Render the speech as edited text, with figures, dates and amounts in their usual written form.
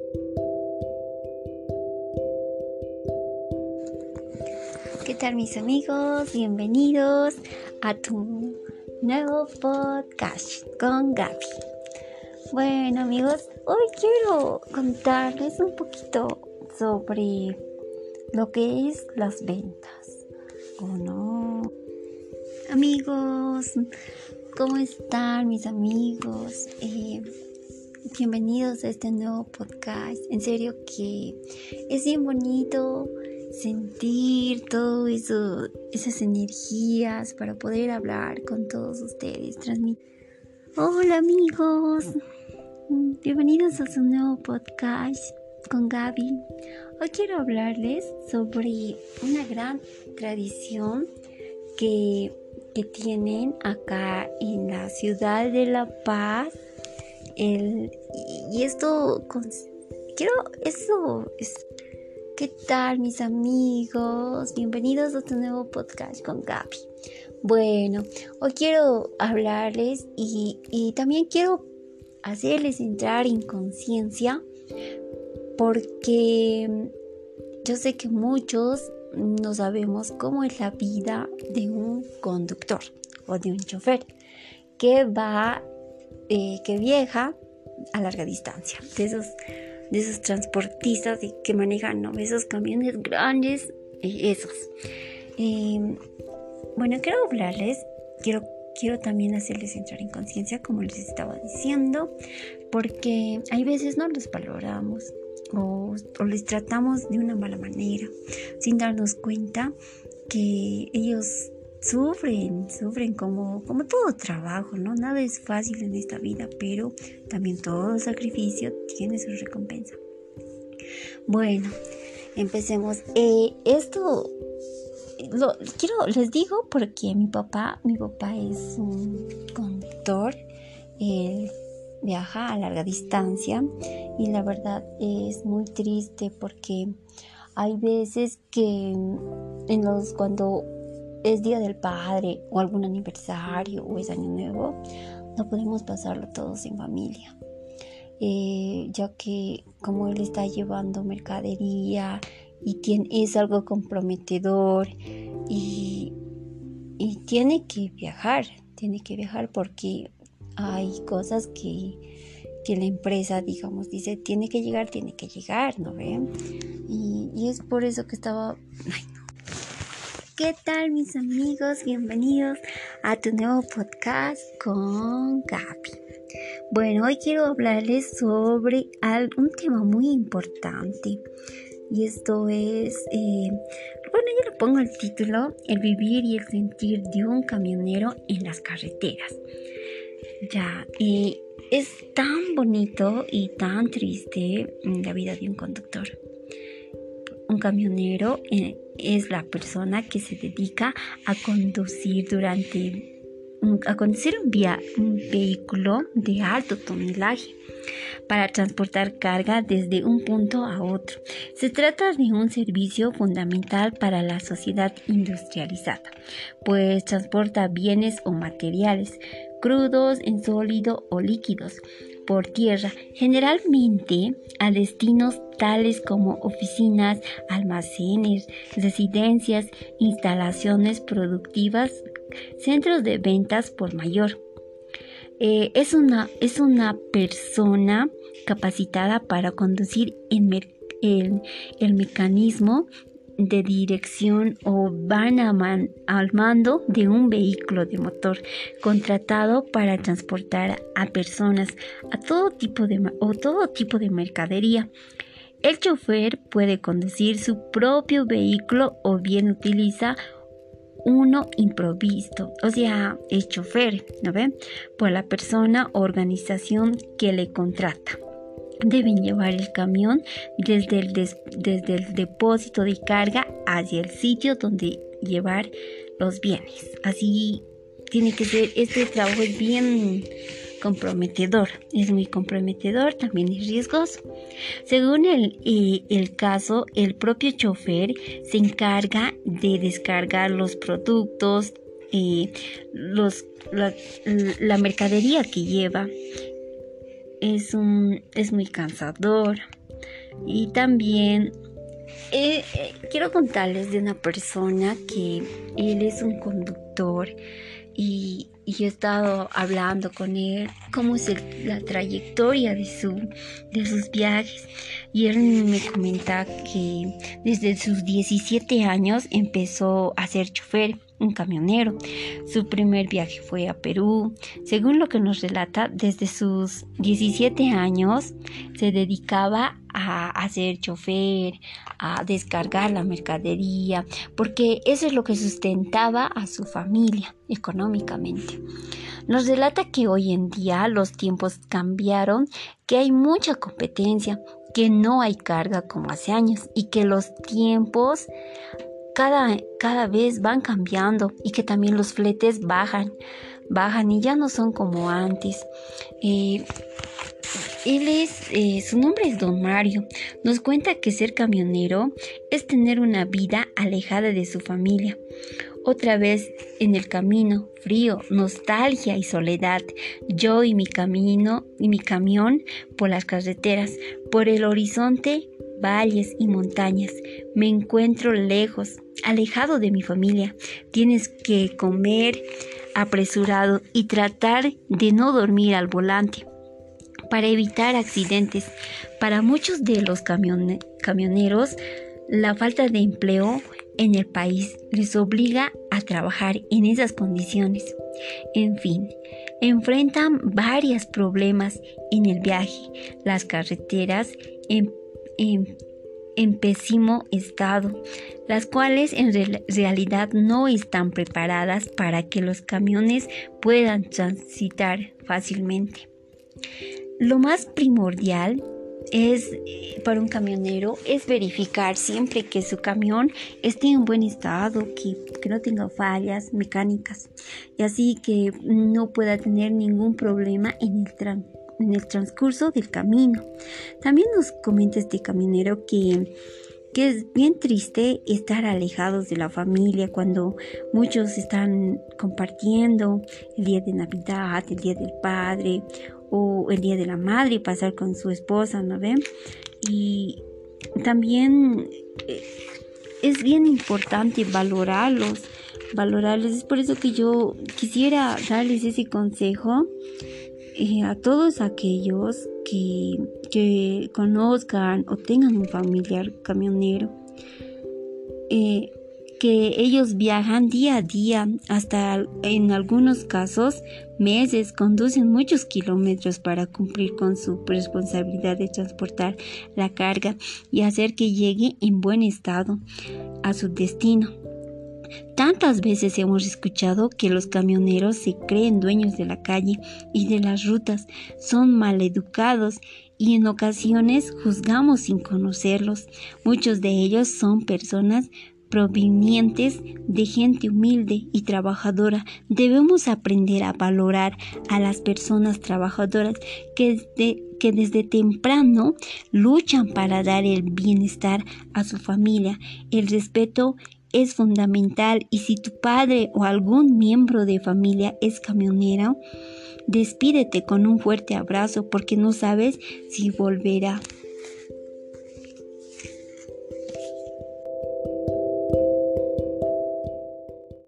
¿Qué tal, mis amigos? Bienvenidos a tu nuevo podcast con Gaby. Bueno, amigos, hoy quiero contarles un poquito sobre lo que es las ventas. ¿O no? Amigos, ¿cómo están mis amigos? Bienvenidos a este nuevo podcast. En serio que es bien bonito sentir todo eso, esas energías para poder hablar con todos ustedes. Hola amigos, bienvenidos a su nuevo podcast con Gaby. Hoy quiero hablarles sobre una gran tradición que tienen acá en la ciudad de La Paz. ¿Qué tal, mis amigos? Bienvenidos a tu nuevo podcast con Gaby. Bueno, hoy quiero hablarles y también quiero hacerles entrar en conciencia, porque yo sé que muchos no sabemos cómo es la vida de un conductor o de un chofer que viaja a larga distancia, de esos transportistas que manejan, ¿no?, esos camiones grandes, esos. Bueno, quiero hablarles, quiero también hacerles entrar en conciencia, como les estaba diciendo, porque hay veces no los valoramos o les tratamos de una mala manera, sin darnos cuenta que ellos sufren como todo trabajo, ¿no? Nada es fácil en esta vida, pero también todo sacrificio tiene su recompensa. Bueno, empecemos. Les digo porque mi papá es un conductor, viaja a larga distancia y la verdad es muy triste porque hay veces que cuando es Día del Padre o algún aniversario o es Año Nuevo, no podemos pasarlo todos en familia, ya que como él está llevando mercadería y es algo comprometedor y tiene que viajar porque hay cosas que la empresa, digamos, dice tiene que llegar, ¿no ven? Y es por eso que estaba... ¿Qué tal, mis amigos? Bienvenidos a tu nuevo podcast con Gaby. Bueno, hoy quiero hablarles sobre un tema muy importante. Y esto es, yo le pongo el título: el vivir y el sentir de un camionero en las carreteras. Es tan bonito y tan triste la vida de un conductor. Un camionero es la persona que se dedica a conducir un vehículo de alto tonelaje para transportar carga desde un punto a otro. Se trata de un servicio fundamental para la sociedad industrializada, pues transporta bienes o materiales, crudos, en sólido o líquidos, por tierra, generalmente a destinos tales como oficinas, almacenes, residencias, instalaciones productivas, centros de ventas por mayor. Es una persona capacitada para conducir el mecanismo de dirección o van al mando de un vehículo de motor contratado para transportar a personas a todo tipo de mercadería. El chofer puede conducir su propio vehículo o bien utiliza uno improvisto, o sea, es chofer, ¿no ven?, por la persona o organización que le contrata. Deben llevar el camión desde el depósito de carga hacia el sitio donde llevar los bienes. Así tiene que ser. Este trabajo es bien comprometedor, es muy comprometedor, también es riesgoso. Según el caso, el propio chofer se encarga de descargar los productos, la mercadería que lleva. Es muy cansador. Y también quiero contarles de una persona que él es un conductor y he estado hablando con él cómo es la trayectoria de sus viajes. Y él me comenta que desde sus 17 años empezó a ser chofer, un camionero. Su primer viaje fue a Perú. Según lo que nos relata, desde sus 17 años se dedicaba a ser chofer, a descargar la mercadería, porque eso es lo que sustentaba a su familia económicamente. Nos relata que hoy en día los tiempos cambiaron, que hay mucha competencia, que no hay carga como hace años y que los tiempos cada vez van cambiando y que también los fletes bajan y ya no son como antes. Su nombre es Don Mario. Nos cuenta que ser camionero es tener una vida alejada de su familia. Otra vez en el camino, frío, nostalgia y soledad. Yo y mi camión por las carreteras, por el horizonte, valles y montañas. Me encuentro lejos, alejado de mi familia. Tienes que comer apresurado y tratar de no dormir al volante para evitar accidentes. Para muchos de los camioneros, la falta de empleo en el país les obliga a trabajar en esas condiciones. En fin, enfrentan varios problemas en el viaje. Las carreteras en pésimo estado, las cuales en realidad no están preparadas para que los camiones puedan transitar fácilmente. Lo más primordial para un camionero es verificar siempre que su camión esté en buen estado, que no tenga fallas mecánicas y así que no pueda tener ningún problema en el transcurso del camino. También nos comenta este camionero que es bien triste estar alejados de la familia cuando muchos están compartiendo el día de Navidad, el día del padre o el día de la madre y pasar con su esposa, ¿no ven? Y también es bien importante valorarlos. Es por eso que yo quisiera darles ese consejo a todos aquellos que conozcan o tengan un familiar camionero, que ellos viajan día a día, hasta en algunos casos meses, conducen muchos kilómetros para cumplir con su responsabilidad de transportar la carga y hacer que llegue en buen estado a su destino. Tantas veces hemos escuchado que los camioneros se creen dueños de la calle y de las rutas, son maleducados y en ocasiones juzgamos sin conocerlos. Muchos de ellos son personas provenientes de gente humilde y trabajadora. Debemos aprender a valorar a las personas trabajadoras que desde temprano luchan para dar el bienestar a su familia. El respeto es fundamental y si tu padre o algún miembro de familia es camionero, despídete con un fuerte abrazo porque no sabes si volverá.